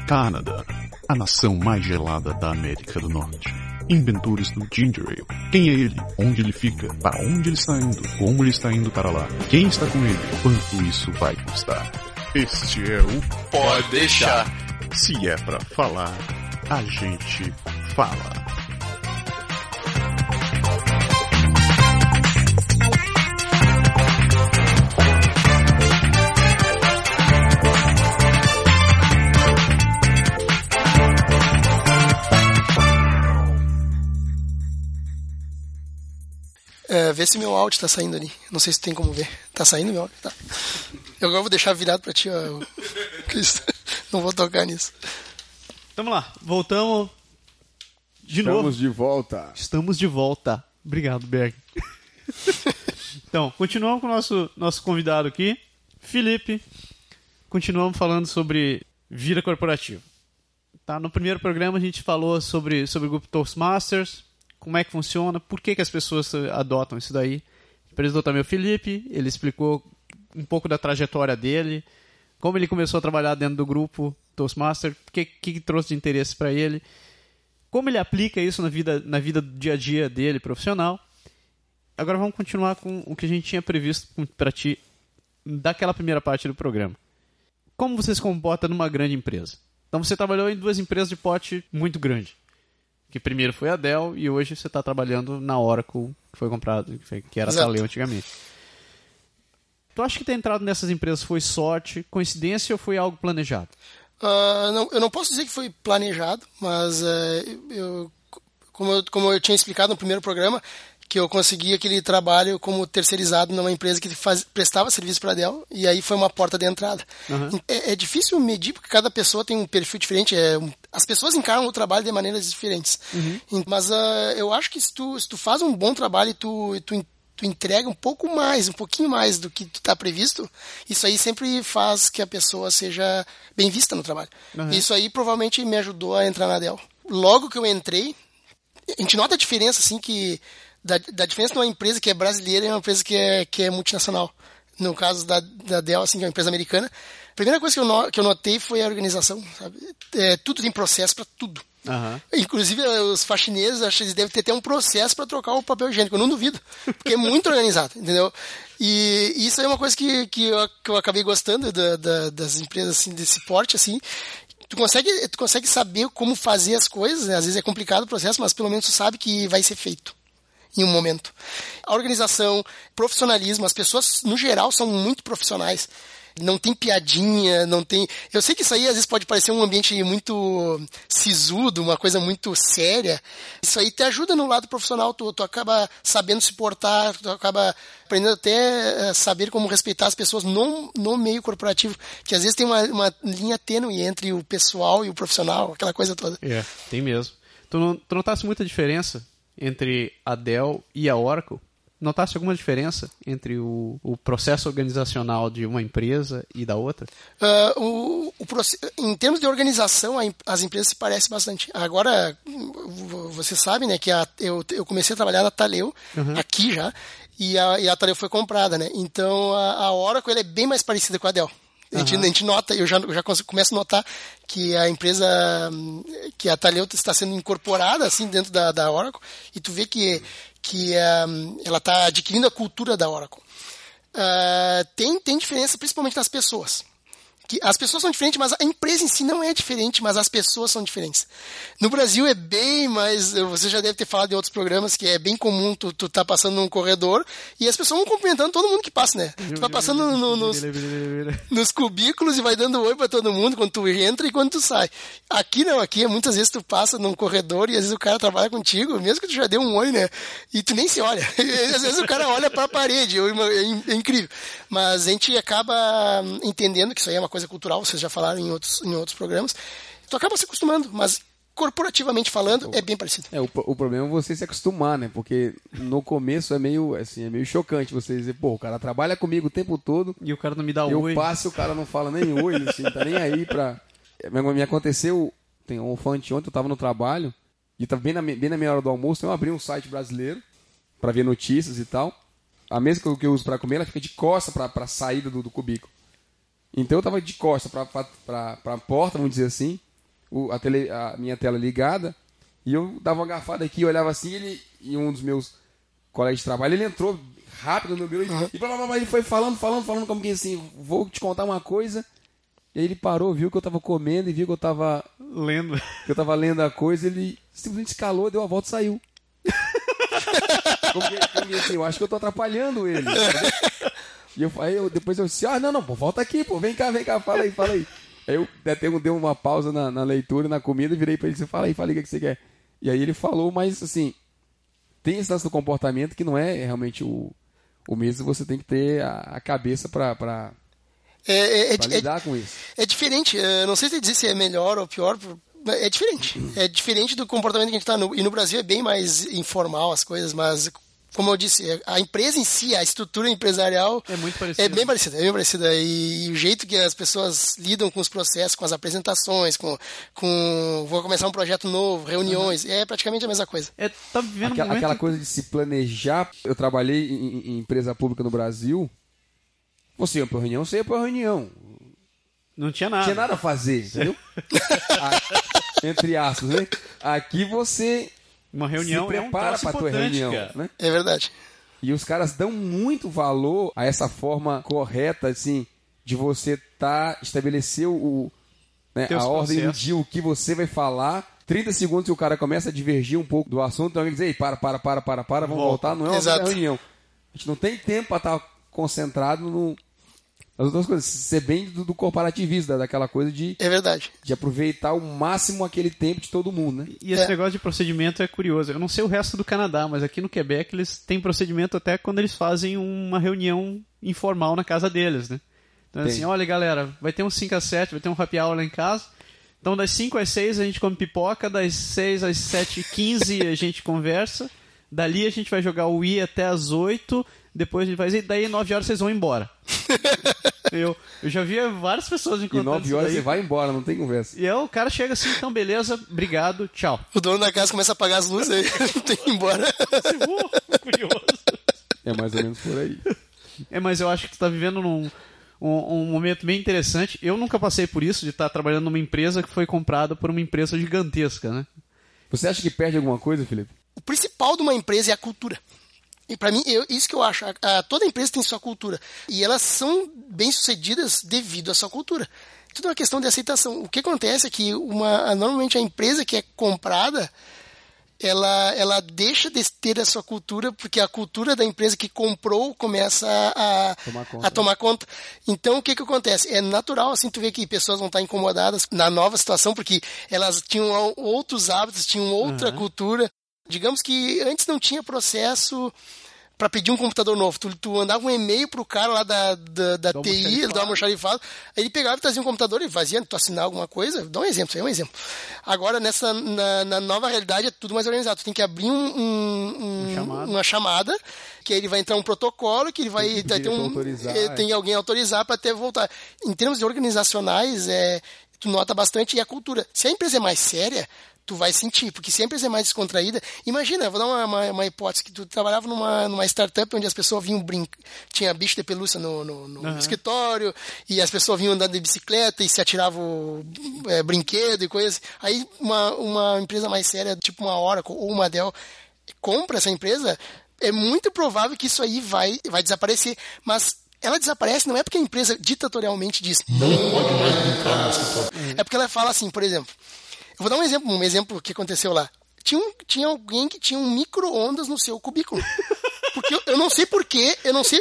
Canadá, a nação mais gelada da América do Norte. Inventores do Ginger Ale. Quem é ele? Onde ele fica? Para onde ele está indo? Como ele está indo para lá? Quem está com ele? Quanto isso vai custar? Este é o Pode Deixar. Se é pra falar, a gente fala. Vê se meu áudio tá saindo ali. Não sei se tem como ver. Tá saindo meu áudio? Tá. Eu agora vou deixar virado pra ti, ó. Não vou tocar nisso. Vamos lá, voltamos de novo. Estamos de volta. Estamos de volta. Obrigado, Berg. Então, continuamos com o nosso convidado aqui, Felipe. Continuamos falando sobre vida corporativa. Tá? No primeiro programa a gente falou sobre o grupo Toastmasters, como é que funciona, por que as pessoas adotam isso daí. Apresentou também o Felipe, ele explicou um pouco da trajetória dele, como ele começou a trabalhar dentro do grupo Toastmaster, o que trouxe de interesse para ele, como ele aplica isso na vida do dia a dia dele, profissional. Agora vamos continuar com o que a gente tinha previsto para ti daquela primeira parte do programa. Como você se comporta numa grande empresa? Então você trabalhou em 2 empresas de porte muito grande. Que primeiro foi a Dell e hoje você está trabalhando na Oracle, que foi comprado, que era a Taleo antigamente. Tu acha que ter entrado nessas empresas foi sorte, coincidência ou foi algo planejado? Não, eu não posso dizer que foi planejado, mas como eu tinha explicado no primeiro programa, que eu consegui aquele trabalho como terceirizado numa empresa que prestava serviço para a Dell, e aí foi uma porta de entrada. Uhum. É difícil medir, porque cada pessoa tem um perfil diferente, as pessoas encaram o trabalho de maneiras diferentes. Uhum. Mas eu acho que se tu faz um bom trabalho e tu entrega um pouquinho mais do que está previsto, isso aí sempre faz que a pessoa seja bem vista no trabalho. Uhum. Isso aí provavelmente me ajudou a entrar na Dell. Logo que eu entrei, a gente nota a diferença, assim, da diferença de uma empresa que é brasileira e uma empresa que é multinacional. No caso da Dell, assim, que é uma empresa americana, a primeira coisa que eu notei foi a organização, sabe? Tudo tem processo para tudo. Uhum. Inclusive os faxineiros, acho que eles devem ter até um processo para trocar o papel higiênico, eu não duvido, porque é muito organizado, entendeu? E isso é uma coisa que eu acabei gostando das empresas assim, desse porte, assim. Tu consegue saber como fazer as coisas, né? Às vezes é complicado o processo, mas pelo menos tu sabe que vai ser feito em um momento. A organização, profissionalismo, as pessoas no geral são muito profissionais. Não tem piadinha, não tem... Eu sei que isso aí às vezes pode parecer um ambiente muito sisudo, uma coisa muito séria. Isso aí te ajuda no lado profissional, tu acaba sabendo se portar, tu acaba aprendendo até a saber como respeitar as pessoas no meio corporativo, que às vezes tem uma linha tênue entre o pessoal e o profissional, aquela coisa toda. Tem mesmo. Tu notasse muita diferença entre a Dell e a Oracle? Notaste alguma diferença entre o processo organizacional de uma empresa e da outra? Em termos de organização, as empresas se parecem bastante. Agora, você sabe, né, que eu comecei a trabalhar na Taleo, aqui já, e a Taleo foi comprada, né? Então, a Oracle ela é bem mais parecida com a Dell. A gente nota, eu já começo a notar que a empresa, que a Taleo está sendo incorporada assim dentro da Oracle, e tu vê que ela está adquirindo a cultura da Oracle. Tem diferença principalmente nas pessoas. Que as pessoas são diferentes, mas a empresa em si não é diferente, mas as pessoas são diferentes. No Brasil é bem mais... Você já deve ter falado em outros programas que é bem comum tu tá passando num corredor e as pessoas vão cumprimentando todo mundo que passa, né? Tu vai passando nos cubículos e vai dando oi pra todo mundo quando tu entra e quando tu sai. Aqui não, aqui muitas vezes tu passa num corredor e às vezes o cara trabalha contigo, mesmo que tu já deu um oi, né? E tu nem se olha. Às vezes o cara olha pra parede, é incrível. Mas a gente acaba entendendo que isso aí é uma coisa cultural, vocês já falaram em outros programas, tu acaba se acostumando, mas corporativamente falando é bem parecido. O problema é você se acostumar, né? Porque no começo é meio chocante você dizer, pô, o cara trabalha comigo o tempo todo e o cara não me dá oi. Eu passo e o cara não fala nem oi, assim, tá nem aí pra... Me aconteceu, ontem eu tava no trabalho e tava bem na minha hora do almoço, eu abri um site brasileiro pra ver notícias e tal. A mesa que eu uso pra comer, ela fica de costa pra saída do cubículo. Então eu tava de costa pra porta, vamos dizer assim, a minha tela ligada, e eu dava uma garfada aqui, olhava assim, e um dos meus colegas de trabalho, ele entrou rápido no meu bureau e blá, blá, blá, ele foi falando como que assim, vou te contar uma coisa. E aí ele parou, viu que eu tava comendo e viu que eu tava lendo a coisa, ele simplesmente escalou, deu a volta e saiu. como assim, eu acho que eu tô atrapalhando ele. E depois eu disse, não, pô, volta aqui, pô, vem cá, fala aí. Aí eu dei uma pausa na leitura, na comida, e virei pra ele e disse, fala aí, o que você quer. E aí ele falou, mas assim, tem esse lance do comportamento que não é realmente o mesmo, você tem que ter a cabeça pra lidar com isso. É diferente, não sei dizer se é melhor ou pior, é diferente. É diferente do comportamento que a gente está e no Brasil é bem mais informal as coisas, mas como eu disse, a empresa em si, a estrutura empresarial é muito parecida. É bem parecida. E o jeito que as pessoas lidam com os processos, com as apresentações, vou começar um projeto novo, reuniões, é praticamente a mesma coisa. Tá vivendo aquela coisa de se planejar. Eu trabalhei em empresa pública no Brasil. Você ia pra reunião. Não tinha nada. Não tinha nada a fazer, entendeu? Entre aspas, né? Aqui você uma reunião se prepara pra tua reunião, né? É verdade. E os caras dão muito valor a essa forma correta, assim, de você estabelecer a ordem do dia, o que você vai falar. 30 segundos que o cara começa a divergir um pouco do assunto, então alguém diz, ei, para, vamos voltar, não é uma reunião. A gente não tem tempo para estar concentrado nas outras coisas. Ser bem do corporativismo, daquela coisa de... É verdade. De aproveitar ao máximo aquele tempo de todo mundo, né? E esse negócio de procedimento é curioso. Eu não sei o resto do Canadá, mas aqui no Quebec eles têm procedimento até quando eles fazem uma reunião informal na casa deles, né? Então assim, olha galera, vai ter um 5 às 7, vai ter um happy hour lá em casa. Então das 5 às 6 a gente come pipoca, das 6 às 7h15 a gente conversa. Dali a gente vai jogar o Wii até às 8, depois a gente vai dizer, daí 9 horas vocês vão embora. Eu já vi várias pessoas encontrando. E 9 horas você vai embora, não tem conversa. E aí o cara chega assim, então beleza, obrigado, tchau. O dono da casa começa a apagar as luzes, aí tem que ir embora. Curioso. É mais ou menos por aí. Mas eu acho que tu tá vivendo um momento bem interessante. Eu nunca passei por isso, de estar trabalhando numa empresa que foi comprada por uma empresa gigantesca, né? Você acha que perde alguma coisa, Felipe? O principal de uma empresa é a cultura. E para mim, isso que eu acho. Toda empresa tem sua cultura. E elas são bem-sucedidas devido à sua cultura. Tudo é uma questão de aceitação. O que acontece é que normalmente a empresa que é comprada, ela deixa de ter a sua cultura, porque a cultura da empresa que comprou começa a tomar conta. Então, o que acontece? É natural, assim, tu vê que pessoas vão estar incomodadas na nova situação, porque elas tinham outros hábitos, tinham outra cultura. Digamos que antes não tinha processo para pedir um computador novo. Tu mandava um e-mail pro cara lá da TI, ele dava uma almoxarifado, aí ele pegava e trazia um computador e fazia, tu assinar alguma coisa. Dá um exemplo, isso aí é um exemplo. Agora, na nova realidade, é tudo mais organizado. Tu tem que abrir uma chamada, que aí ele vai entrar um protocolo, que ele vai ter tem alguém autorizar para até voltar. Em termos de organizacionais, tu nota bastante, e a cultura. Se a empresa é mais séria, tu vai sentir, porque se a empresa é mais descontraída, imagina, vou dar uma hipótese, que tu trabalhava numa startup onde as pessoas vinham tinha bicho de pelúcia no escritório, e as pessoas vinham andando de bicicleta e se atiravam brinquedo e coisas. Aí uma empresa mais séria, tipo uma Oracle ou uma Dell, compra essa empresa, é muito provável que isso aí vai desaparecer, mas ela desaparece não é porque a empresa ditatorialmente diz não pode mais brincar no escritório. É porque ela fala assim, por exemplo, eu vou dar um exemplo que aconteceu lá. Tinha alguém que tinha um micro-ondas no seu cubículo. Porque eu não sei porquê, eu não sei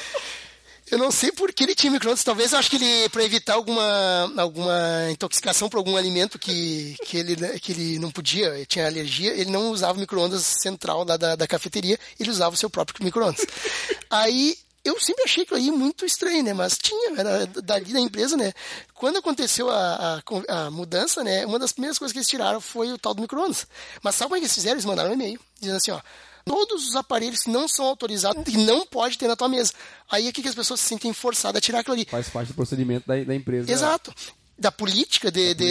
por que ele tinha micro-ondas. Talvez eu acho que ele, para evitar alguma intoxicação por algum alimento que ele não podia, ele tinha alergia, ele não usava o micro-ondas central da cafeteria, ele usava o seu próprio micro-ondas. Aí eu sempre achei aquilo aí muito estranho, né? Mas era dali da empresa, né? Quando aconteceu a mudança, né? Uma das primeiras coisas que eles tiraram foi o tal do micro-ondas. Mas sabe como é que eles fizeram? Eles mandaram um e-mail, dizendo assim, todos os aparelhos que não são autorizados e não pode ter na tua mesa. Aí aqui que as pessoas se sentem forçadas a tirar aquilo ali. Faz parte do procedimento da empresa. Exato. Da política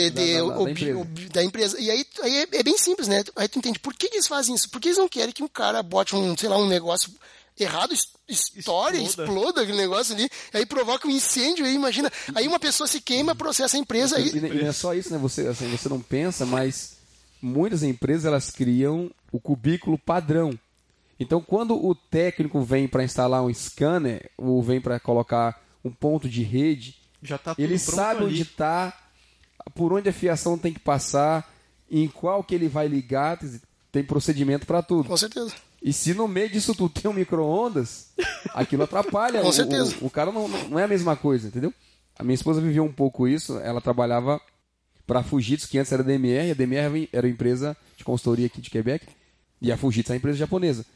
da empresa. E aí é bem simples, né? Aí tu entende por que eles fazem isso? Porque eles não querem que um cara bote um negócio errado, exploda aquele negócio ali, aí provoca um incêndio, aí imagina, aí uma pessoa se queima, processa a empresa. Aí... E não é só isso, né? Você não pensa, mas muitas empresas elas criam o cubículo padrão. Então, quando o técnico vem para instalar um scanner, ou vem para colocar um ponto de rede, já tá tudo ele pronto sabe ali. onde está, por onde a fiação tem que passar, em qual que ele vai ligar, tem procedimento para tudo. Com certeza. E se no meio disso tudo tem um micro-ondas, aquilo atrapalha. Com certeza. O cara não é a mesma coisa, entendeu? A minha esposa viveu um pouco isso, ela trabalhava para a Fujitsu, que antes era DMR, a DMR era uma empresa de consultoria aqui de Quebec, e a Fujitsu é uma empresa japonesa.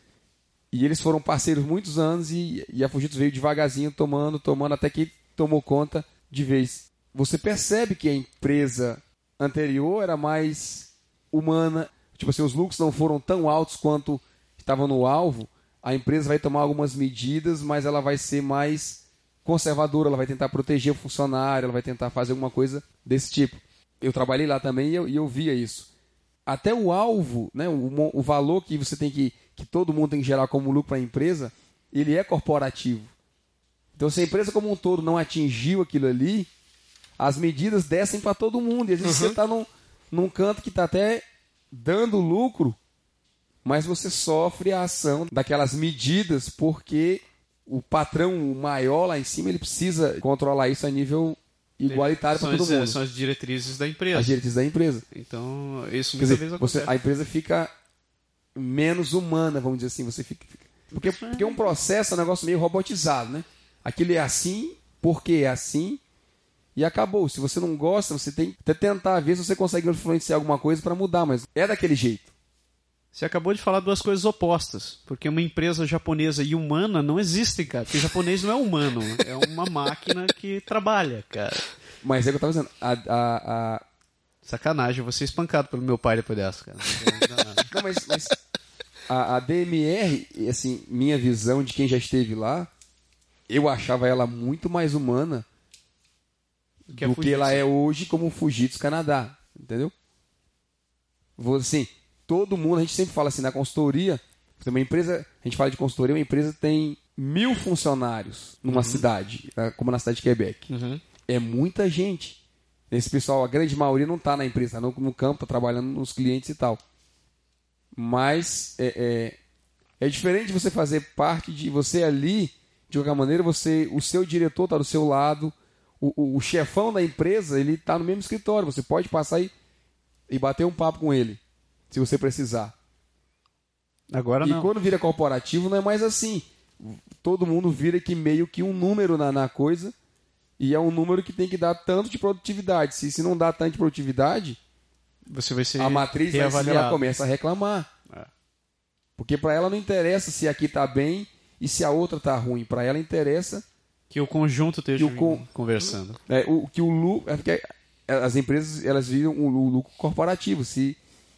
E eles foram parceiros muitos anos e a Fujitsu veio devagarzinho, tomando, até que tomou conta de vez. Você percebe que a empresa anterior era mais humana, tipo assim, os lucros não foram tão altos quanto estavam no alvo, a empresa vai tomar algumas medidas, mas ela vai ser mais conservadora, ela vai tentar proteger o funcionário, ela vai tentar fazer alguma coisa desse tipo. Eu trabalhei lá também e eu via isso. Até o alvo, né, o valor que você tem que todo mundo tem que gerar como lucro para a empresa, ele é corporativo. Então, se a empresa como um todo não atingiu aquilo ali, as medidas descem para todo mundo. E às vezes você está num canto que está até dando lucro, mas você sofre a ação daquelas medidas porque o patrão maior lá em cima ele precisa controlar isso a nível igualitário para todo mundo. São as diretrizes da empresa. As diretrizes da empresa. Então, isso Quer muitas dizer, vezes acontece. a empresa fica menos humana, vamos dizer assim. Você fica... Porque um processo é um negócio meio robotizado, né? Aquilo é assim, porque é assim, e acabou. Se você não gosta, você tem que até tentar ver se você consegue influenciar alguma coisa para mudar, mas é daquele jeito. Você acabou de falar duas coisas opostas, porque uma empresa japonesa e humana não existem, cara. Porque japonês não é humano, é uma máquina que trabalha, cara. Mas é o que eu estava dizendo. Sacanagem, eu vou ser espancado pelo meu pai depois dessa, cara. Não, mas a DMR, assim, minha visão de quem já esteve lá, eu achava ela muito mais humana do que ela é hoje como Fujitsu Canadá, entendeu? Assim, todo mundo, a gente sempre fala assim, na consultoria, uma empresa, a gente fala de consultoria, uma empresa tem 1000 funcionários numa cidade, como na cidade de Quebec. É muita gente. Esse pessoal, a grande maioria não está na empresa, está no campo, está trabalhando nos clientes e tal. Mas é diferente de você fazer parte de você ali, de qualquer maneira, o seu diretor está do seu lado, o chefão da empresa, ele está no mesmo escritório, você pode passar e bater um papo com ele, se você precisar. Agora não. E quando vira corporativo, não é mais assim. Todo mundo vira que meio que um número na coisa, e é um número que tem que dar tanto de produtividade. Se não dá tanto de produtividade, você vai ser a matriz ela começa a reclamar. Porque para ela não interessa se aqui está bem e se a outra está ruim. Para ela interessa que o conjunto esteja conversando. Que o lucro, porque as empresas elas viram o lucro corporativo. Se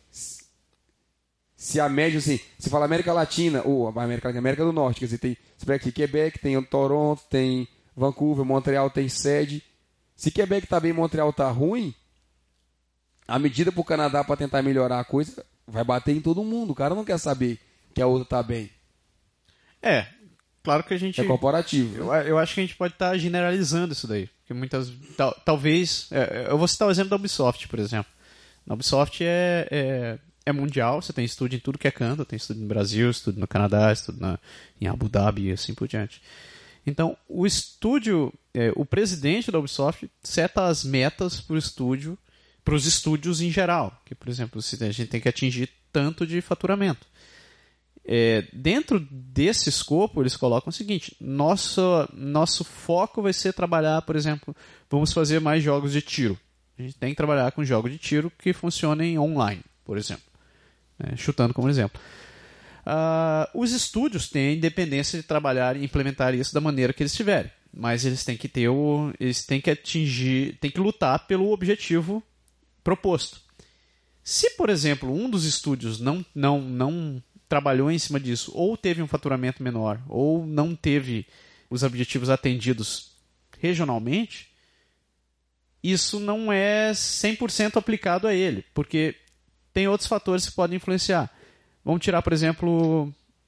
a média, assim, se fala América Latina, ou América do Norte, quer dizer, você pega aqui Quebec, tem Toronto, tem Vancouver, Montreal tem sede. Se Quebec está bem e Montreal está ruim, a medida para o Canadá para tentar melhorar a coisa vai bater em todo mundo. O cara não quer saber que a outra está bem. Claro que a gente... É corporativo. Eu acho que a gente pode estar generalizando isso daí. Porque muitas... Talvez... eu vou citar o exemplo da Ubisoft, por exemplo. A Ubisoft é mundial, você tem estúdio em tudo que é canto. Tem estúdio no Brasil, estúdio no Canadá, estúdio em Abu Dhabi e assim por diante. Então, o estúdio... o presidente da Ubisoft seta as metas para os estúdios em geral. Que, por exemplo, a gente tem que atingir tanto de faturamento. Dentro desse escopo, eles colocam o seguinte: nosso foco vai ser trabalhar, por exemplo, vamos fazer mais jogos de tiro. A gente tem que trabalhar com jogos de tiro que funcionem online, por exemplo. Chutando como exemplo. Os estúdios têm a independência de trabalhar e implementar isso da maneira que eles tiverem. Mas eles têm que eles têm que atingir, têm que lutar pelo objetivo proposto. Se, por exemplo, um dos estúdios não trabalhou em cima disso, ou teve um faturamento menor, ou não teve os objetivos atendidos regionalmente, isso não é 100% aplicado a ele, porque tem outros fatores que podem influenciar. Vamos tirar, por exemplo,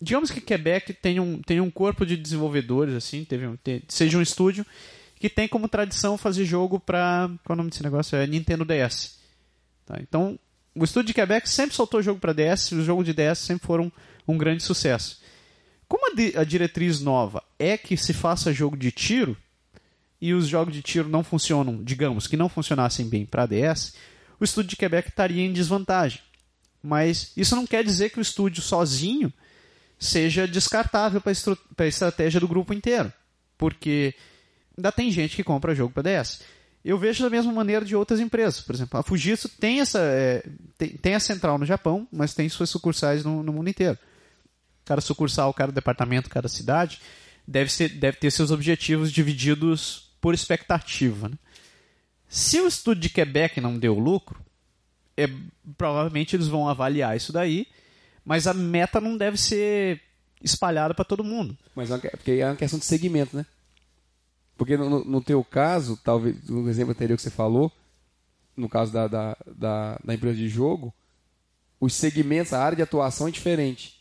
digamos que Quebec tem um corpo de desenvolvedores, assim, seja um estúdio que tem como tradição fazer jogo para... Qual é o nome desse negócio? É Nintendo DS. Tá? Então, o estúdio de Quebec sempre soltou jogo para DS, e os jogos de DS sempre foram um grande sucesso. Como a diretriz nova é que se faça jogo de tiro, e os jogos de tiro não funcionam, digamos, que não funcionassem bem para DS, o estúdio de Quebec estaria em desvantagem. Mas isso não quer dizer que o estúdio sozinho seja descartável para a estratégia do grupo inteiro. Porque ainda tem gente que compra jogo para DS. Eu vejo da mesma maneira de outras empresas. Por exemplo, a Fujitsu tem tem a central no Japão, mas tem suas sucursais no mundo inteiro. Cada sucursal, cada departamento, cada cidade deve ter seus objetivos divididos por expectativa. Né? Se o estúdio de Quebec não deu lucro, provavelmente eles vão avaliar isso daí, mas a meta não deve ser espalhada para todo mundo. Mas porque é uma questão de segmento, né? Porque no teu caso, talvez, no exemplo anterior que você falou, no caso da empresa de jogo, os segmentos, a área de atuação é diferente.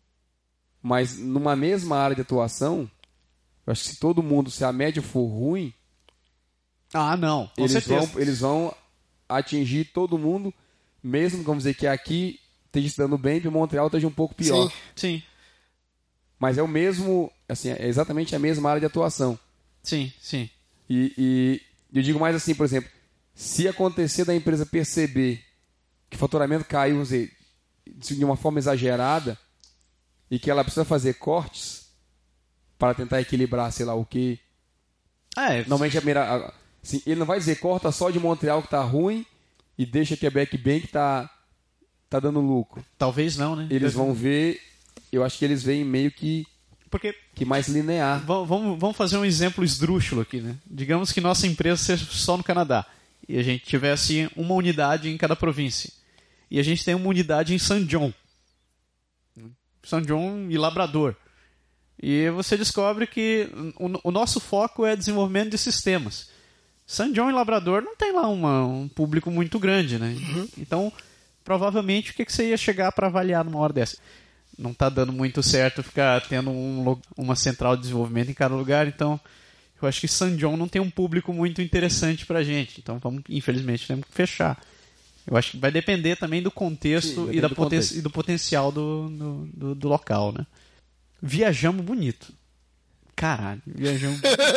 Mas numa mesma área de atuação, eu acho que se a média for ruim, não, com certeza. Eles vão atingir todo mundo, mesmo, vamos dizer, que aqui esteja se dando bem, e Montreal esteja um pouco pior. Sim. Mas é o mesmo, assim, é exatamente a mesma área de atuação. Sim. E eu digo mais assim, por exemplo, se acontecer da empresa perceber que o faturamento caiu, vamos dizer, de uma forma exagerada, e que ela precisa fazer cortes para tentar equilibrar, sei lá o quê. Normalmente assim, ele não vai dizer corta só de Montreal que tá ruim e deixa Quebec bem que tá dando lucro. Talvez não, né? Eles vão ver, eu acho que eles veem meio que mais linear. Vamos fazer um exemplo esdrúxulo aqui, né? Digamos que nossa empresa seja só no Canadá e a gente tivesse uma unidade em cada província. E a gente tem uma unidade em Saint John e Labrador. E você descobre que o nosso foco é desenvolvimento de sistemas. Saint John e Labrador não tem lá um público muito grande, né? Uhum. Então, provavelmente, o que você ia chegar para avaliar numa hora dessa? Não está dando muito certo ficar tendo uma central de desenvolvimento em cada lugar, então eu acho que Saint John não tem um público muito interessante para a gente. Então, infelizmente, temos que fechar. Eu acho que vai depender também do contexto. Sim, e do potencial do local, né? Viajamos bonito. Caralho, viajamos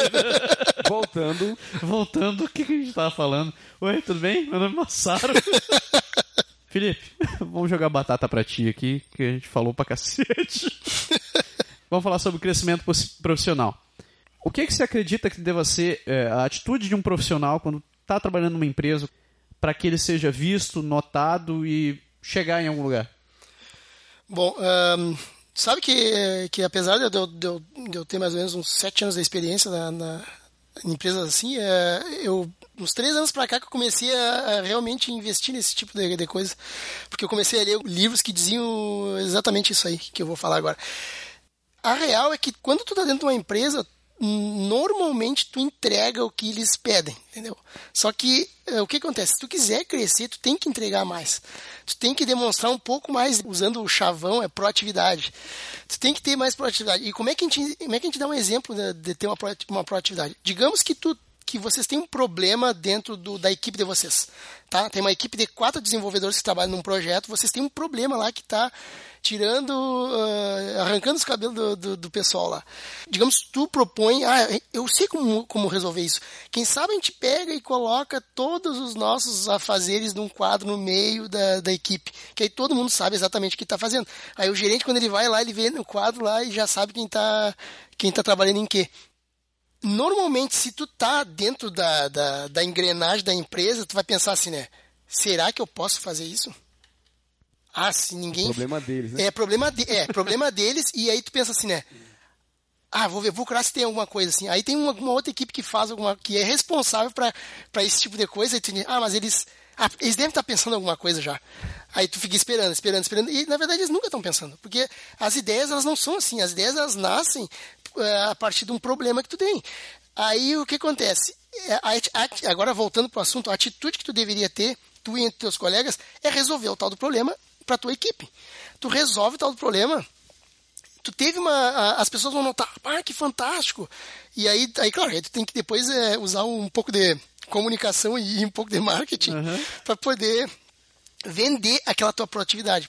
bonito. Voltando, o que a gente estava falando? Oi, tudo bem? Meu nome é Massaro. Felipe, vamos jogar batata pra ti aqui, que a gente falou pra cacete. Vamos falar sobre crescimento profissional. O que você acredita que deva ser a atitude de um profissional quando está trabalhando numa empresa para que ele seja visto, notado e chegar em algum lugar? Bom, sabe que apesar de eu ter mais ou menos uns 7 anos de experiência em empresas assim, uns 3 anos pra cá que eu comecei a realmente investir nesse tipo de coisa, porque eu comecei a ler livros que diziam exatamente isso aí que eu vou falar agora. A real é que quando tu tá dentro de uma empresa, normalmente tu entrega o que eles pedem, entendeu? Só que o que acontece? Se tu quiser crescer, tu tem que entregar mais. Tu tem que demonstrar um pouco mais, usando o chavão, proatividade. Tu tem que ter mais proatividade. E como é que a gente dá um exemplo de ter uma proatividade? Digamos que vocês têm um problema dentro da equipe de vocês, tá? Tem uma equipe de 4 desenvolvedores que trabalham num projeto, vocês têm um problema lá que está arrancando os cabelos do pessoal lá. Digamos, tu propõe, eu sei como resolver isso. Quem sabe a gente pega e coloca todos os nossos afazeres num quadro no meio da equipe, que aí todo mundo sabe exatamente o que está fazendo. Aí o gerente, quando ele vai lá, ele vê no quadro lá e já sabe quem tá trabalhando em quê. Normalmente, se tu tá dentro da engrenagem da empresa, tu vai pensar assim, né? Será que eu posso fazer isso? Se ninguém... Problema deles, né? Problema deles, e aí tu pensa assim, né? Vou procurar se tem alguma coisa assim. Aí tem uma outra equipe que faz que é responsável para esse tipo de coisa, e tu diz, mas eles devem estar pensando em alguma coisa já. Aí tu fica esperando, e na verdade eles nunca estão pensando, porque as ideias, elas não são assim, as ideias, elas nascem a partir de um problema que tu tem. Aí o que acontece? Agora voltando para o assunto, a atitude que tu deveria ter, tu e teus colegas, é resolver o tal do problema para tua equipe. Tu resolve o tal do problema tu teve as pessoas vão notar, que fantástico. E aí claro, aí tu tem que depois usar um pouco de comunicação e um pouco de marketing para poder vender aquela tua proatividade,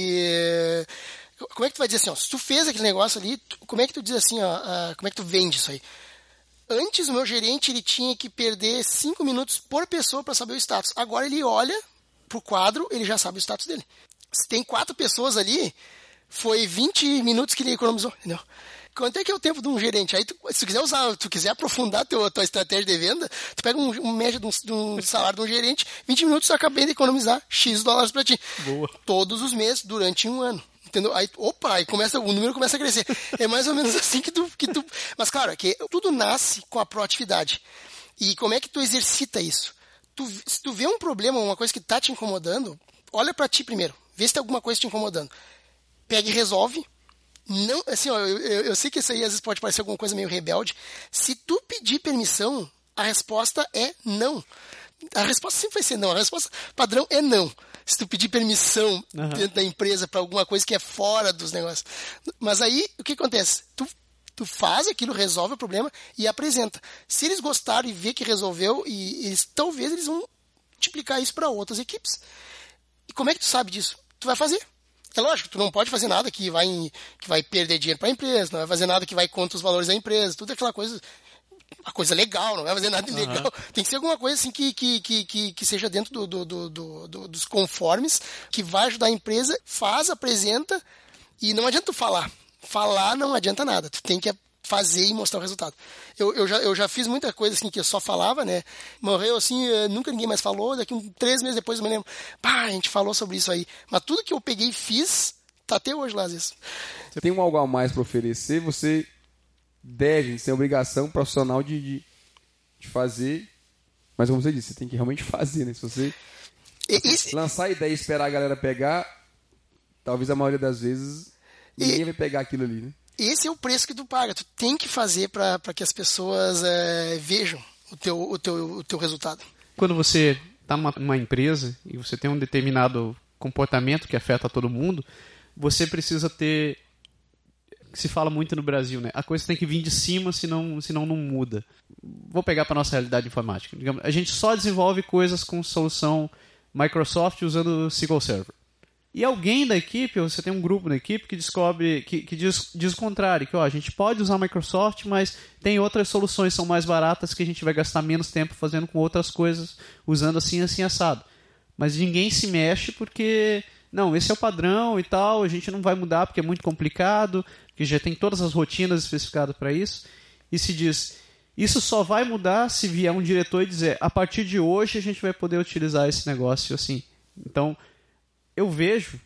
porque como é que tu vai dizer assim, ó, se tu fez aquele negócio ali, como é que tu diz assim, ó, como é que tu vende isso aí? Antes o meu gerente ele tinha que perder 5 minutos por pessoa para saber o status. Agora ele olha pro quadro, ele já sabe o status dele. Se tem 4 pessoas ali, foi 20 minutos que ele economizou, entendeu? Quanto é que é o tempo de um gerente? Aí, se tu quiser usar, tu quiser aprofundar a tua estratégia de venda, tu pega um média de um salário de um gerente, 20 minutos tu acabei de economizar X dólares para ti. Boa. Todos os meses, durante 1 ano. Entendeu? Aí, aí o número começa a crescer. É mais ou menos assim que tu... Mas claro, é que tudo nasce com a proatividade. E como é que tu exercita isso? Se tu vê um problema, uma coisa que tá te incomodando, olha pra ti primeiro. Vê se tem alguma coisa te incomodando. Pega e resolve. Não, assim, ó, eu sei que isso aí às vezes pode parecer alguma coisa meio rebelde. Se tu pedir permissão, a resposta é não. A resposta sempre vai ser não. A resposta padrão é não. Se tu pedir permissão dentro da empresa para alguma coisa que é fora dos negócios. Mas aí, o que acontece? Tu faz aquilo, resolve o problema e apresenta. Se eles gostaram e ver que resolveu, talvez eles vão multiplicar isso para outras equipes. E como é que tu sabe disso? Tu vai fazer. É lógico, tu não pode fazer nada que vai perder dinheiro para a empresa, não vai fazer nada que vai contra os valores da empresa, tudo aquela coisa... A coisa legal, não vai fazer nada ilegal. Tem que ser alguma coisa assim que seja dentro dos conformes, que vai ajudar a empresa, apresenta, e não adianta tu falar. Falar não adianta nada. Tu tem que fazer e mostrar o resultado. Eu já fiz muita coisa assim que eu só falava, né? Morreu assim, nunca ninguém mais falou, daqui 3 meses depois eu me lembro, a gente falou sobre isso aí. Mas tudo que eu peguei e fiz, tá até hoje lá às vezes. Você tem algo a mais para oferecer, você deve, você tem a obrigação profissional de fazer, mas como você disse, você tem que realmente fazer, né? Se você lançar a ideia e esperar a galera pegar, talvez a maioria das vezes ninguém vai pegar aquilo ali, né? Esse é o preço que tu paga, tu tem que fazer para que as pessoas vejam o teu resultado. Quando você está numa empresa e você tem um determinado comportamento que afeta todo mundo, você precisa ter... Se fala muito no Brasil, né? A coisa tem que vir de cima, senão não muda. Vou pegar para nossa realidade informática. Digamos, a gente só desenvolve coisas com solução Microsoft usando SQL Server. E alguém da equipe, ou você tem um grupo da equipe que descobre, que diz o contrário, que a gente pode usar Microsoft, mas tem outras soluções que são mais baratas que a gente vai gastar menos tempo fazendo com outras coisas, usando assim assado. Mas ninguém se mexe porque... Não, esse é o padrão e tal, a gente não vai mudar porque é muito complicado, porque já tem todas as rotinas especificadas para isso. E se diz, isso só vai mudar se vier um diretor e dizer, a partir de hoje a gente vai poder utilizar esse negócio assim. Então, eu vejo,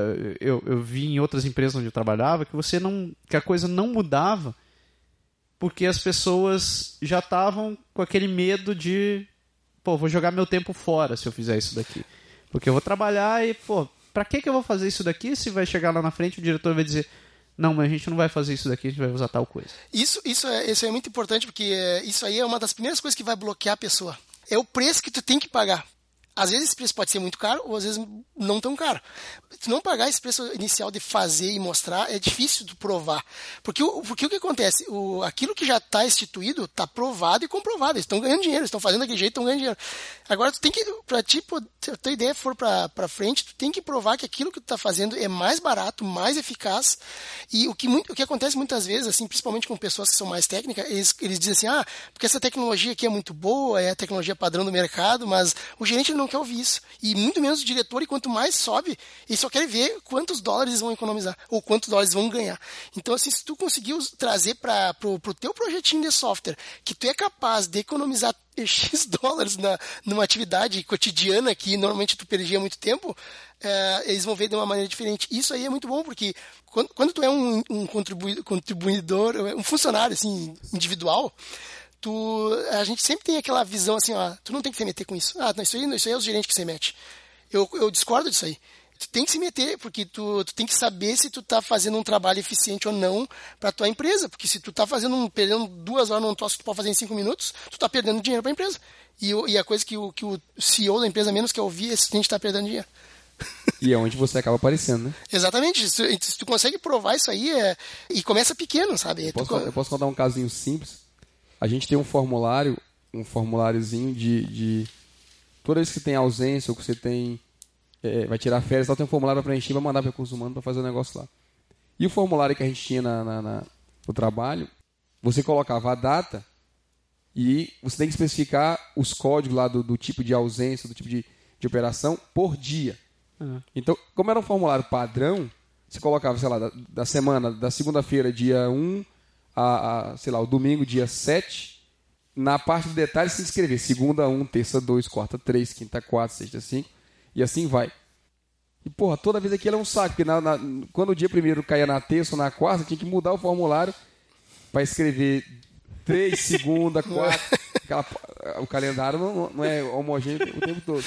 eu vi em outras empresas onde eu trabalhava, que a coisa não mudava porque as pessoas já estavam com aquele medo de, vou jogar meu tempo fora se eu fizer isso daqui. Porque eu vou trabalhar e, pra que eu vou fazer isso daqui se vai chegar lá na frente o diretor vai dizer, não, mas a gente não vai fazer isso daqui, a gente vai usar tal coisa. Isso é muito importante porque isso aí é uma das primeiras coisas que vai bloquear a pessoa. É o preço que tu tem que pagar. Às vezes esse preço pode ser muito caro ou às vezes não tão caro. Se não pagar esse preço inicial de fazer e mostrar, é difícil de provar. Porque o que acontece? Aquilo que já está instituído está provado e comprovado. Eles estão ganhando dinheiro, eles estão fazendo daquele jeito, estão ganhando dinheiro. Agora, tu tem que, para ti, se a tua ideia for para frente, tu tem que provar que aquilo que tu está fazendo é mais barato, mais eficaz. E o que acontece muitas vezes, assim, principalmente com pessoas que são mais técnicas, eles dizem assim, porque essa tecnologia aqui é muito boa, é a tecnologia padrão do mercado, mas o gerente não quer ouvir isso. E muito menos o diretor, e quanto mais sobe, ele só quer ver quantos dólares vão economizar, ou quantos dólares vão ganhar. Então, assim, se tu conseguir trazer pro teu projetinho de software, que tu é capaz de economizar X dólares numa atividade cotidiana que normalmente tu perdia muito tempo, eles vão ver de uma maneira diferente. Isso aí é muito bom, porque quando tu é um contribuidor, um funcionário assim, individual, a gente sempre tem aquela visão assim, tu não tem que se meter com isso. Não, isso aí é os gerentes que se mete. Eu discordo disso aí. Tu tem que se meter, porque tu tem que saber se tu tá fazendo um trabalho eficiente ou não pra tua empresa. Porque se tu tá perdendo 2 horas num troço que tu pode fazer em 5 minutos, tu tá perdendo dinheiro pra empresa. E a coisa que o CEO da empresa menos quer ouvir é se a gente tá perdendo dinheiro. E é onde você acaba aparecendo, né? Exatamente. Se tu consegue provar isso aí, e começa pequeno, sabe? Eu posso contar um casinho simples. A gente tem um formuláriozinho de toda vez que tem ausência ou que você tem vai tirar férias, tem um formulário para preencher, vai mandar para o recurso humano para fazer o negócio lá. E o formulário que a gente tinha no trabalho, você colocava a data e você tem que especificar os códigos lá do tipo de ausência, do tipo de operação por dia. Então, como era um formulário padrão, você colocava, sei lá, da semana, da segunda-feira, dia 1, sei lá, o domingo, dia 7, na parte do detalhe você escrever segunda 1, terça 2, quarta 3, quinta 4, sexta 5, e assim vai. E, porra, toda vez aquilo é um saco, porque quando o dia primeiro caía na terça ou na quarta, tinha que mudar o formulário para escrever 3, segunda, 4. O calendário não é homogêneo o tempo todo.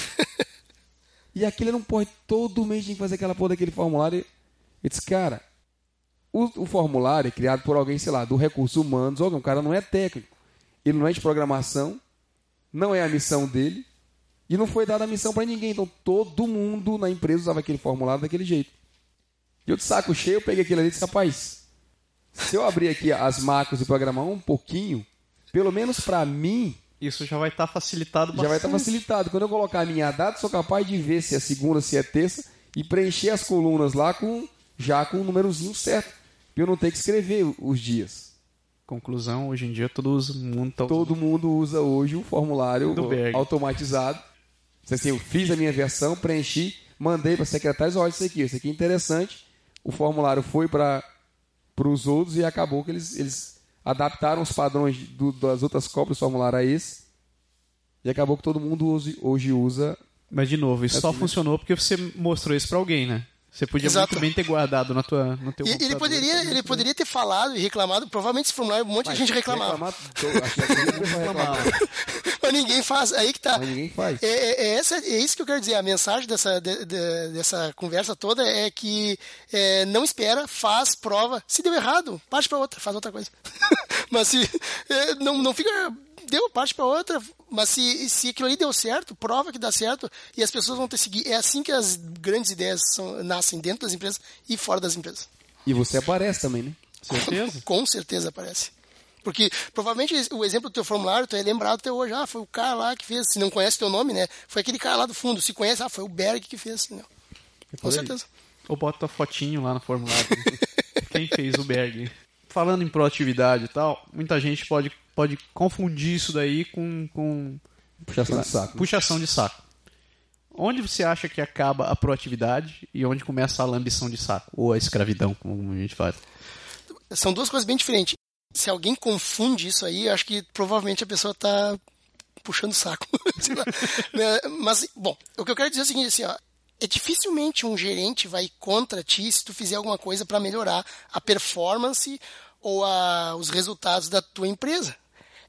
E aquilo era um porra, todo mês tinha que fazer aquela porra daquele formulário. Eu disse, cara, o formulário é criado por alguém, sei lá, do recursos humanos, o cara não é técnico, ele não é de programação, não é a missão dele, e não foi dada a missão para ninguém. Então todo mundo na empresa usava aquele formulário daquele jeito. E eu de saco cheio, eu peguei aquilo ali e disse, rapaz, se eu abrir aqui as macros e programar um pouquinho, pelo menos para mim, isso já vai estar facilitado bastante. Já vai estar facilitado. Quando eu colocar a minha data, sou capaz de ver se é segunda, se é terça, e preencher as colunas lá já com o númerozinho certo. Para eu não ter que escrever os dias. Conclusão, hoje em dia todo mundo usa hoje o formulário automatizado. Assim, eu fiz a minha versão, preenchi, mandei para a secretária, olha isso aqui é interessante. O formulário foi para os outros e acabou que eles adaptaram os padrões das outras cópias do formulário a esse. E acabou que todo mundo hoje usa. Mas, de novo, isso só funcionou porque você mostrou isso para alguém, né? Você podia muito bem ter guardado no teu computador. Ele poderia ter falado e reclamado. Provavelmente esse formulário um monte de gente reclamava. Mas ninguém faz. Aí que tá. Mas ninguém faz. É isso que eu quero dizer. A mensagem dessa conversa toda é que não espera, faz, prova. Se deu errado, parte para outra, faz outra coisa. Mas se não fica... Deu, parte para outra, mas se aquilo ali deu certo, prova que dá certo e as pessoas vão ter que seguir. É assim que as grandes ideias nascem dentro das empresas e fora das empresas. E você aparece também, né? Certeza? Com certeza aparece. Porque provavelmente o exemplo do teu formulário tu é lembrado até hoje. Foi o cara lá que fez. Se não conhece o teu nome, né? Foi aquele cara lá do fundo. Se conhece, foi o Berg que fez. Né? Com certeza. Ou bota tua fotinho lá no formulário. Quem fez o Berg? Falando em proatividade e tal, muita gente pode confundir isso daí com puxação de saco. Puxação de saco. Onde você acha que acaba a proatividade e onde começa a lambição de saco? Ou a escravidão, como a gente fala? São duas coisas bem diferentes. Se alguém confunde isso aí, eu acho que provavelmente a pessoa está puxando saco. Mas, bom, o que eu quero dizer é o seguinte, assim, ó, dificilmente um gerente vai contra ti se tu fizer alguma coisa para melhorar a performance ou os resultados da tua empresa.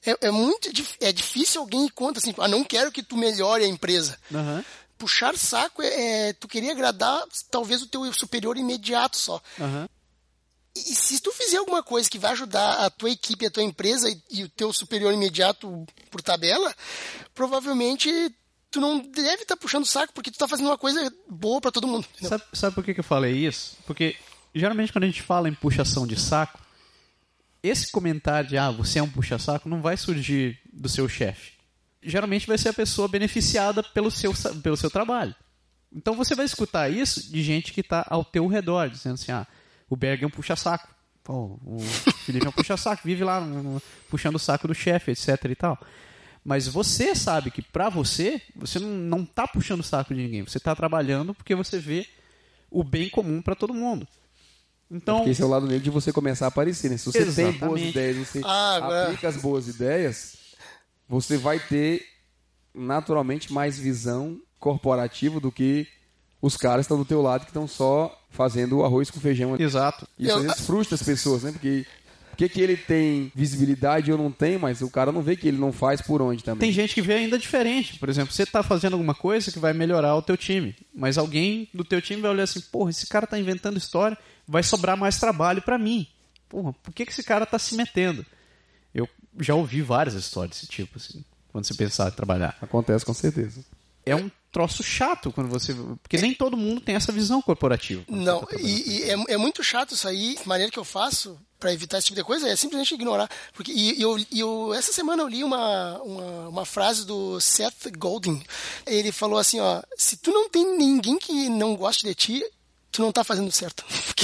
É difícil alguém ir contra, assim, não quero que tu melhore a empresa. Uhum. Puxar saco tu querer agradar talvez o teu superior imediato só. Uhum. E se tu fizer alguma coisa que vai ajudar a tua equipe, a tua empresa e o teu superior imediato por tabela, provavelmente tu não deve estar puxando saco porque tu tá fazendo uma coisa boa para todo mundo. Sabe por que eu falei isso? Porque geralmente quando a gente fala em puxação de saco, esse comentário de você é um puxa-saco não vai surgir do seu chefe. Geralmente vai ser a pessoa beneficiada pelo seu trabalho. Então você vai escutar isso de gente que está ao teu redor, dizendo assim, o Berg é um puxa-saco. O Felipe é um puxa-saco, vive lá puxando o saco do chefe, etc e tal. Mas você sabe que para você não está puxando o saco de ninguém. Você está trabalhando porque você vê o bem comum para todo mundo. Então, porque esse é o lado negro de você começar a aparecer, né? Se você tem boas ideias, você aplica as boas ideias, você vai ter naturalmente mais visão corporativa do que os caras que estão do teu lado que estão só fazendo arroz com feijão. Exato. Isso às vezes frustra as pessoas, né? Porque que ele tem visibilidade e eu não tenho, mas o cara não vê que ele não faz por onde também. Tem gente que vê ainda diferente. Por exemplo, você está fazendo alguma coisa que vai melhorar o teu time, mas alguém do teu time vai olhar assim, porra, esse cara está inventando história, vai sobrar mais trabalho para mim. Porra, por que esse cara está se metendo? Eu já ouvi várias histórias desse tipo, assim, quando você pensar em trabalhar. Acontece com certeza. é um troço chato quando você... Porque nem todo mundo tem essa visão corporativa. Não, e é muito chato isso aí. A maneira que eu faço para evitar esse tipo de coisa é simplesmente ignorar. Porque, essa semana eu li uma frase do Seth Godin. Ele falou assim, ó, se tu não tem ninguém que não goste de ti, tu não tá fazendo certo.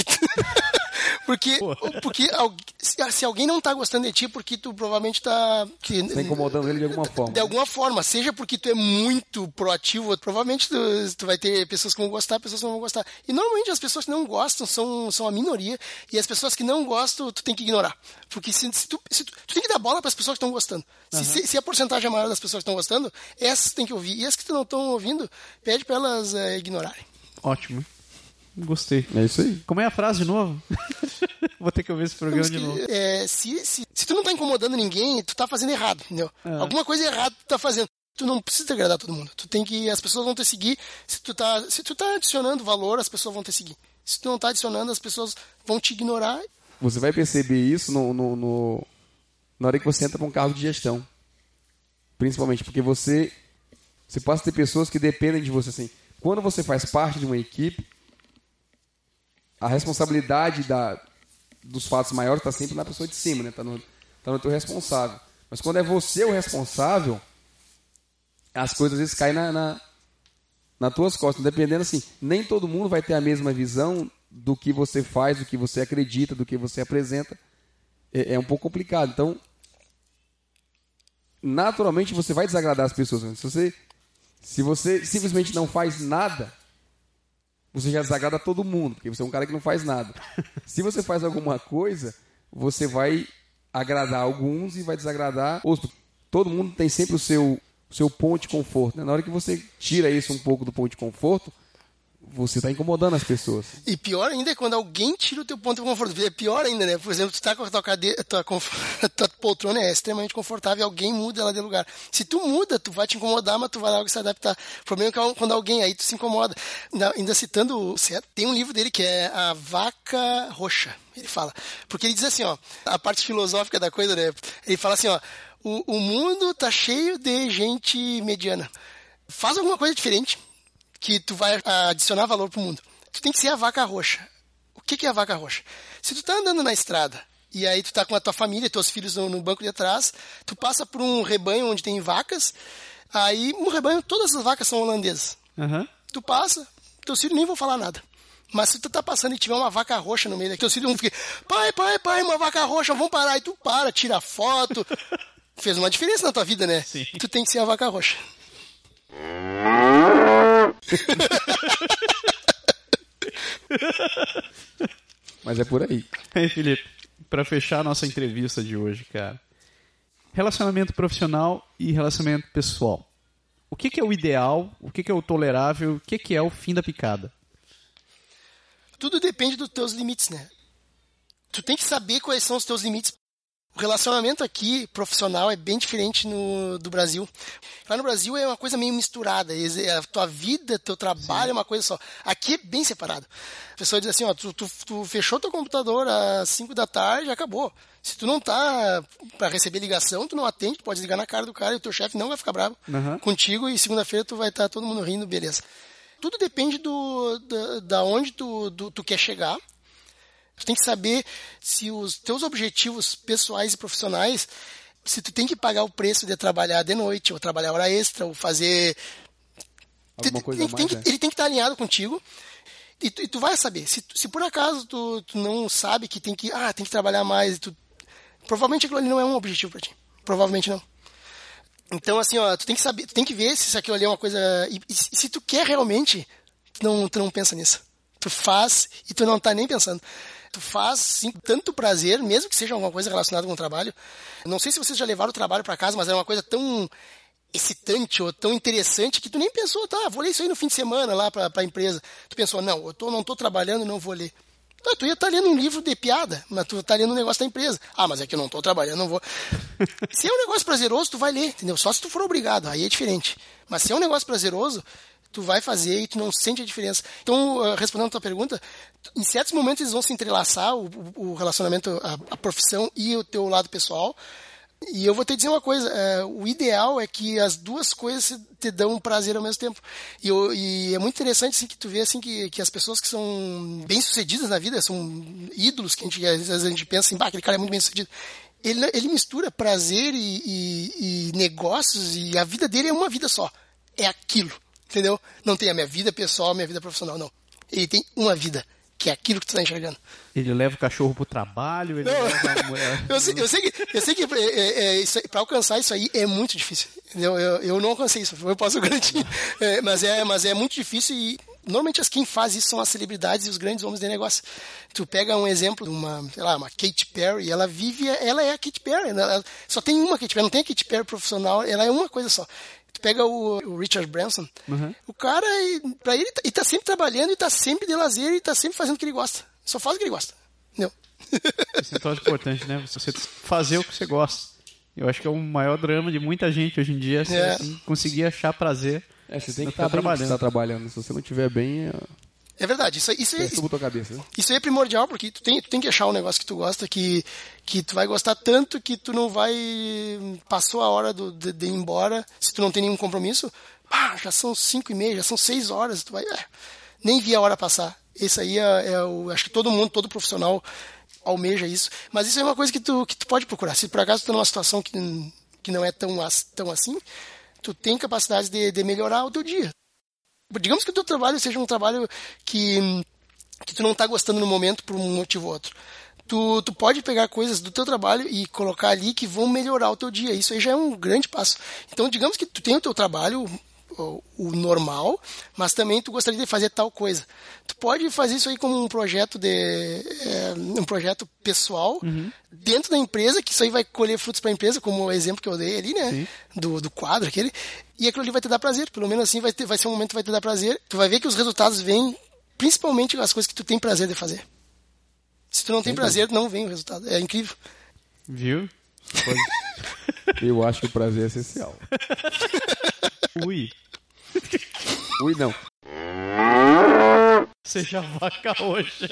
Porque se alguém não tá gostando de ti, porque tu provavelmente tá incomodando ele de alguma forma. De alguma forma, seja porque tu é muito proativo, provavelmente tu vai ter pessoas que vão gostar, pessoas que não vão gostar. E normalmente as pessoas que não gostam são a minoria, e as pessoas que não gostam, tu tem que ignorar. Porque tu tem que dar bola para as pessoas que estão gostando. Uhum. Se a porcentagem é maior das pessoas que estão gostando, essas tu tem que ouvir. E as que tu não estão ouvindo, pede para elas ignorarem. Ótimo. Gostei. É isso aí. Como é a frase de novo? Vou ter que ouvir esse programa de novo. Se tu não tá incomodando ninguém, tu tá fazendo errado, entendeu? Alguma coisa errada tu tá fazendo. Tu não precisa agradar todo mundo. As pessoas vão te seguir. Se tu tá adicionando valor, as pessoas vão te seguir. Se tu não tá adicionando, as pessoas vão te ignorar. Você vai perceber isso na hora que você entra pra um cargo de gestão. Principalmente porque você passa a ter pessoas que dependem de você. Assim, quando você faz parte de uma equipe, a responsabilidade dos fatos maiores está sempre na pessoa de cima, né? Tá no teu responsável. Mas quando é você o responsável, as coisas às vezes caem nas tuas costas. Dependendo assim, nem todo mundo vai ter a mesma visão do que você faz, do que você acredita, do que você apresenta. É um pouco complicado. Então, naturalmente você vai desagradar as pessoas. Se você simplesmente não faz nada, você já desagrada todo mundo, porque você é um cara que não faz nada. Se você faz alguma coisa, você vai agradar alguns e vai desagradar outros. Todo mundo tem sempre o seu ponto de conforto, né? Na hora que você tira isso um pouco do ponto de conforto, você está incomodando as pessoas. E pior ainda é quando alguém tira o teu ponto de conforto. É pior ainda, né? Por exemplo, tu tá com a tua cadeira, tua poltrona é extremamente confortável e alguém muda ela de lugar. Se tu muda, tu vai te incomodar, mas tu vai logo se adaptar. O problema é que quando alguém aí tu se incomoda. Ainda citando o Seth, tem um livro dele que é A Vaca Roxa. Ele fala. Porque ele diz assim, ó, a parte filosófica da coisa, né? Ele fala assim, ó, o mundo tá cheio de gente mediana. Faz alguma coisa diferente que tu vai adicionar valor pro mundo. Tu tem que ser a vaca roxa. O que é a vaca roxa? Se tu tá andando na estrada e aí tu tá com a tua família, teus filhos no banco de trás, tu passa por um rebanho onde tem vacas, aí no rebanho todas as vacas são holandesas. Uhum. Tu passa, teus filhos nem vão falar nada. Mas se tu tá passando e tiver uma vaca roxa no meio daqui, teus filhos vão ficar, pai, uma vaca roxa, vamos parar. E tu para, tira foto. Fez uma diferença na tua vida, né? Sim. Tu tem que ser a vaca roxa. Mas é por aí. Aí, Felipe, para fechar a nossa entrevista de hoje, cara. Relacionamento profissional e relacionamento pessoal. O que é o ideal? O que é o tolerável? O que é o fim da picada? Tudo depende dos teus limites, né? Tu tem que saber quais são os teus limites. O relacionamento aqui, profissional, é bem diferente do Brasil. Lá no Brasil é uma coisa meio misturada. A tua vida, teu trabalho é uma coisa só. Aqui é bem separado. A pessoa diz assim, ó, tu fechou teu computador às 5 da tarde, acabou. Se tu não tá para receber ligação, tu não atende, tu pode ligar na cara do cara e o teu chefe não vai ficar bravo contigo e segunda-feira tu vai estar todo mundo rindo, beleza. Tudo depende da onde tu quer chegar. Tu tem que saber se os teus objetivos pessoais e profissionais, se tu tem que pagar o preço de trabalhar de noite, ou trabalhar hora extra, ou fazer... Alguma coisa a mais, Ele tem que estar alinhado contigo. E tu vai saber. Se por acaso tu não sabe que tem que trabalhar mais, provavelmente aquilo ali não é um objetivo pra ti. Provavelmente não. Então, assim, ó, tu tem que saber, tu tem que ver se aquilo ali é uma coisa... E se tu quer realmente, tu não pensa nisso. Tu faz e tu não tá nem pensando. Tu faz, sim, tanto prazer, mesmo que seja alguma coisa relacionada com o trabalho. Não sei se vocês já levaram o trabalho para casa, mas é uma coisa tão excitante ou tão interessante que tu nem pensou, vou ler isso aí no fim de semana lá para a empresa. Tu pensou, não tô trabalhando, não vou ler. Tu ia estar lendo um livro de piada, mas tu tá lendo um negócio da empresa. Mas é que eu não tô trabalhando, não vou. Se é um negócio prazeroso, tu vai ler, entendeu? Só se tu for obrigado, aí é diferente. Mas se é um negócio prazeroso, tu vai fazer e tu não sente a diferença. Então, respondendo a tua pergunta, em certos momentos eles vão se entrelaçar, o relacionamento, a profissão e o teu lado pessoal. E eu vou te dizer uma coisa, o ideal é que as duas coisas te dão um prazer ao mesmo tempo. E é muito interessante assim, que tu vê assim, que as pessoas que são bem-sucedidas na vida, são ídolos, que às vezes a gente pensa assim, aquele cara é muito bem-sucedido. Ele mistura prazer e negócios, e a vida dele é uma vida só. É aquilo, entendeu? Não tem a minha vida pessoal, a minha vida profissional, não. Ele tem uma vida, que é aquilo que tu tá enxergando. Ele leva o cachorro pro trabalho, ele leva a mulher... Eu sei que para alcançar isso aí é muito difícil. Entendeu? Eu não alcancei isso, eu posso garantir. Mas é muito difícil e normalmente quem faz isso são as celebridades e os grandes homens de negócio. Tu pega um exemplo de uma Katy Perry, ela é a Katy Perry. Ela só tem uma Katy Perry, não tem a Katy Perry profissional, ela é uma coisa só. Tu pega o Richard Branson, o cara, pra ele, ele tá sempre trabalhando, e tá sempre de lazer, e tá sempre fazendo o que ele gosta. Só faz o que ele gosta. Entendeu? Isso é tão importante, né? Você fazer o que você gosta. Eu acho que é o maior drama de muita gente hoje em dia, assim, conseguir achar prazer. Você tem que estar trabalhando. Você tá trabalhando. Se você não estiver bem... É verdade, isso aí é primordial, porque tu tem que achar um negócio que tu gosta, que tu vai gostar tanto que tu não vai... Passou a hora de ir embora, se tu não tem nenhum compromisso, já são 5h30, já são 6 horas, tu vai... nem vi a hora passar. Esse aí acho que todo profissional almeja isso. Mas isso é uma coisa que tu pode procurar. Se por acaso tu tá numa situação que não é tão assim, tu tem capacidade de melhorar o teu dia. Digamos que o teu trabalho seja um trabalho que tu não tá gostando no momento por um motivo ou outro. Tu pode pegar coisas do teu trabalho e colocar ali que vão melhorar o teu dia. Isso aí já é um grande passo. Então, digamos que tu tem o teu trabalho, o normal, mas também tu gostaria de fazer tal coisa. Tu pode fazer isso aí como um projeto um projeto pessoal dentro da empresa, que isso aí vai colher frutos para a empresa, como o exemplo que eu dei ali, né? Do quadro aquele. E aquilo ali vai te dar prazer. Pelo menos assim vai ser um momento que vai te dar prazer. Tu vai ver que os resultados vêm principalmente as coisas que tu tem prazer de fazer. Se tu não tem prazer, não vem o resultado. É incrível. Viu? Eu acho que o prazer é essencial. Ui, não. Seja vaca roxa.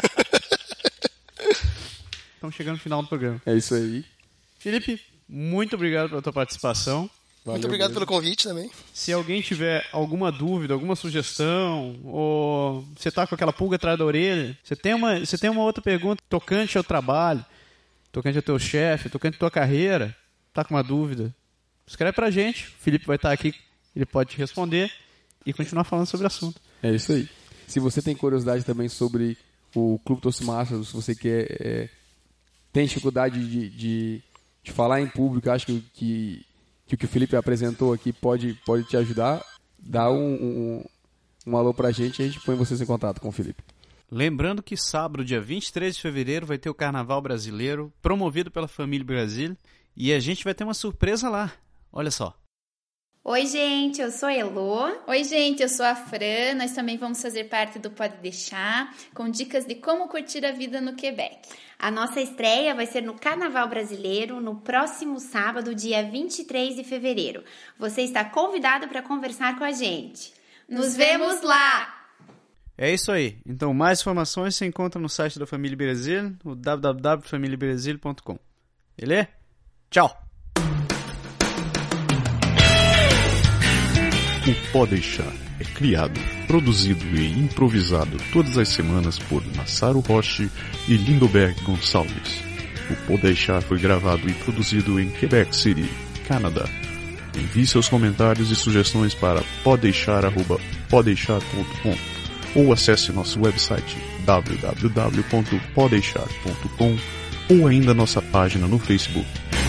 Estamos chegando no final do programa. É isso aí. Felipe, muito obrigado pela tua participação. Muito obrigado pelo convite também. Se alguém tiver alguma dúvida, alguma sugestão, ou você está com aquela pulga atrás da orelha, você tem uma outra pergunta tocante ao trabalho, tocante ao teu chefe, tocante à tua carreira, está com uma dúvida, escreve pra gente. O Felipe vai estar aqui, ele pode te responder e continuar falando sobre o assunto. É isso aí. Se você tem curiosidade também sobre o Clube Toastmasters, se você tem dificuldade de falar em público, acho que o que o Felipe apresentou aqui pode te ajudar, dá um alô pra gente e a gente põe vocês em contato com o Felipe. Lembrando que sábado, dia 23 de fevereiro, vai ter o Carnaval Brasileiro, promovido pela Família Brasil, e a gente vai ter uma surpresa lá. Olha só. Oi, gente, eu sou a Elô. Oi, gente, eu sou a Fran. Nós também vamos fazer parte do Pode Deixar, com dicas de como curtir a vida no Quebec. A nossa estreia vai ser no Carnaval Brasileiro, no próximo sábado, dia 23 de fevereiro. Você está convidado para conversar com a gente. Nos vemos lá! É isso aí. Então, mais informações você encontra no site da Família Brasil, o www.familiabrasil.com. Beleza? Tchau! O Pode Deixar é criado, produzido e improvisado todas as semanas por Massaro Roche e Lindoberg Gonçalves. O Pode Deixar foi gravado e produzido em Quebec City, Canadá. Envie seus comentários e sugestões para podeixar@podeixar.com ou acesse nosso website www.podeixar.com ou ainda nossa página no Facebook.